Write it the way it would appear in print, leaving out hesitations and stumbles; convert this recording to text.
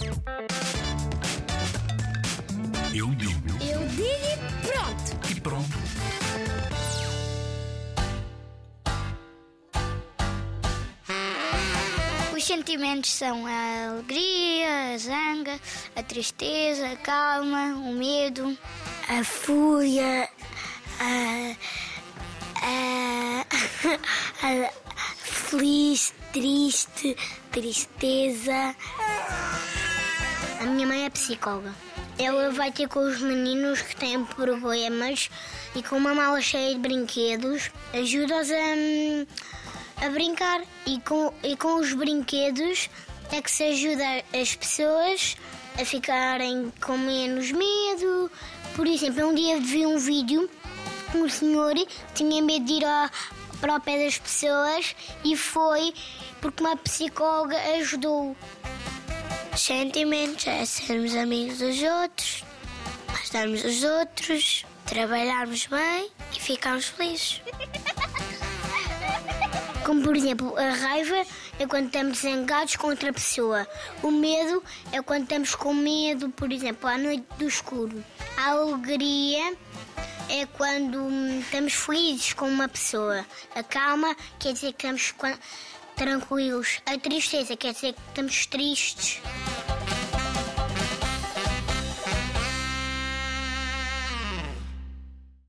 Eu digo. Eu digo e pronto. E pronto. Os sentimentos são a alegria, a zanga, a tristeza, a calma, o medo, a fúria, a feliz, triste, tristeza. A minha mãe é psicóloga. Ela vai ter com os meninos que têm problemas e com uma mala cheia de brinquedos ajuda-os a brincar. E com os brinquedos é que se ajuda as pessoas a ficarem com menos medo. Por exemplo, um dia vi um vídeo que um senhor tinha medo de ir para o pé das pessoas e foi porque uma psicóloga ajudou. Sentimentos é sermos amigos dos outros, ajudarmos os outros, trabalharmos bem e ficarmos felizes. Como, por exemplo, a raiva é quando estamos zangados com outra pessoa. O medo é quando estamos com medo, por exemplo, à noite do escuro. A alegria é quando estamos felizes com uma pessoa. A calma quer dizer que estamos tranquilos. A tristeza quer dizer que estamos tristes.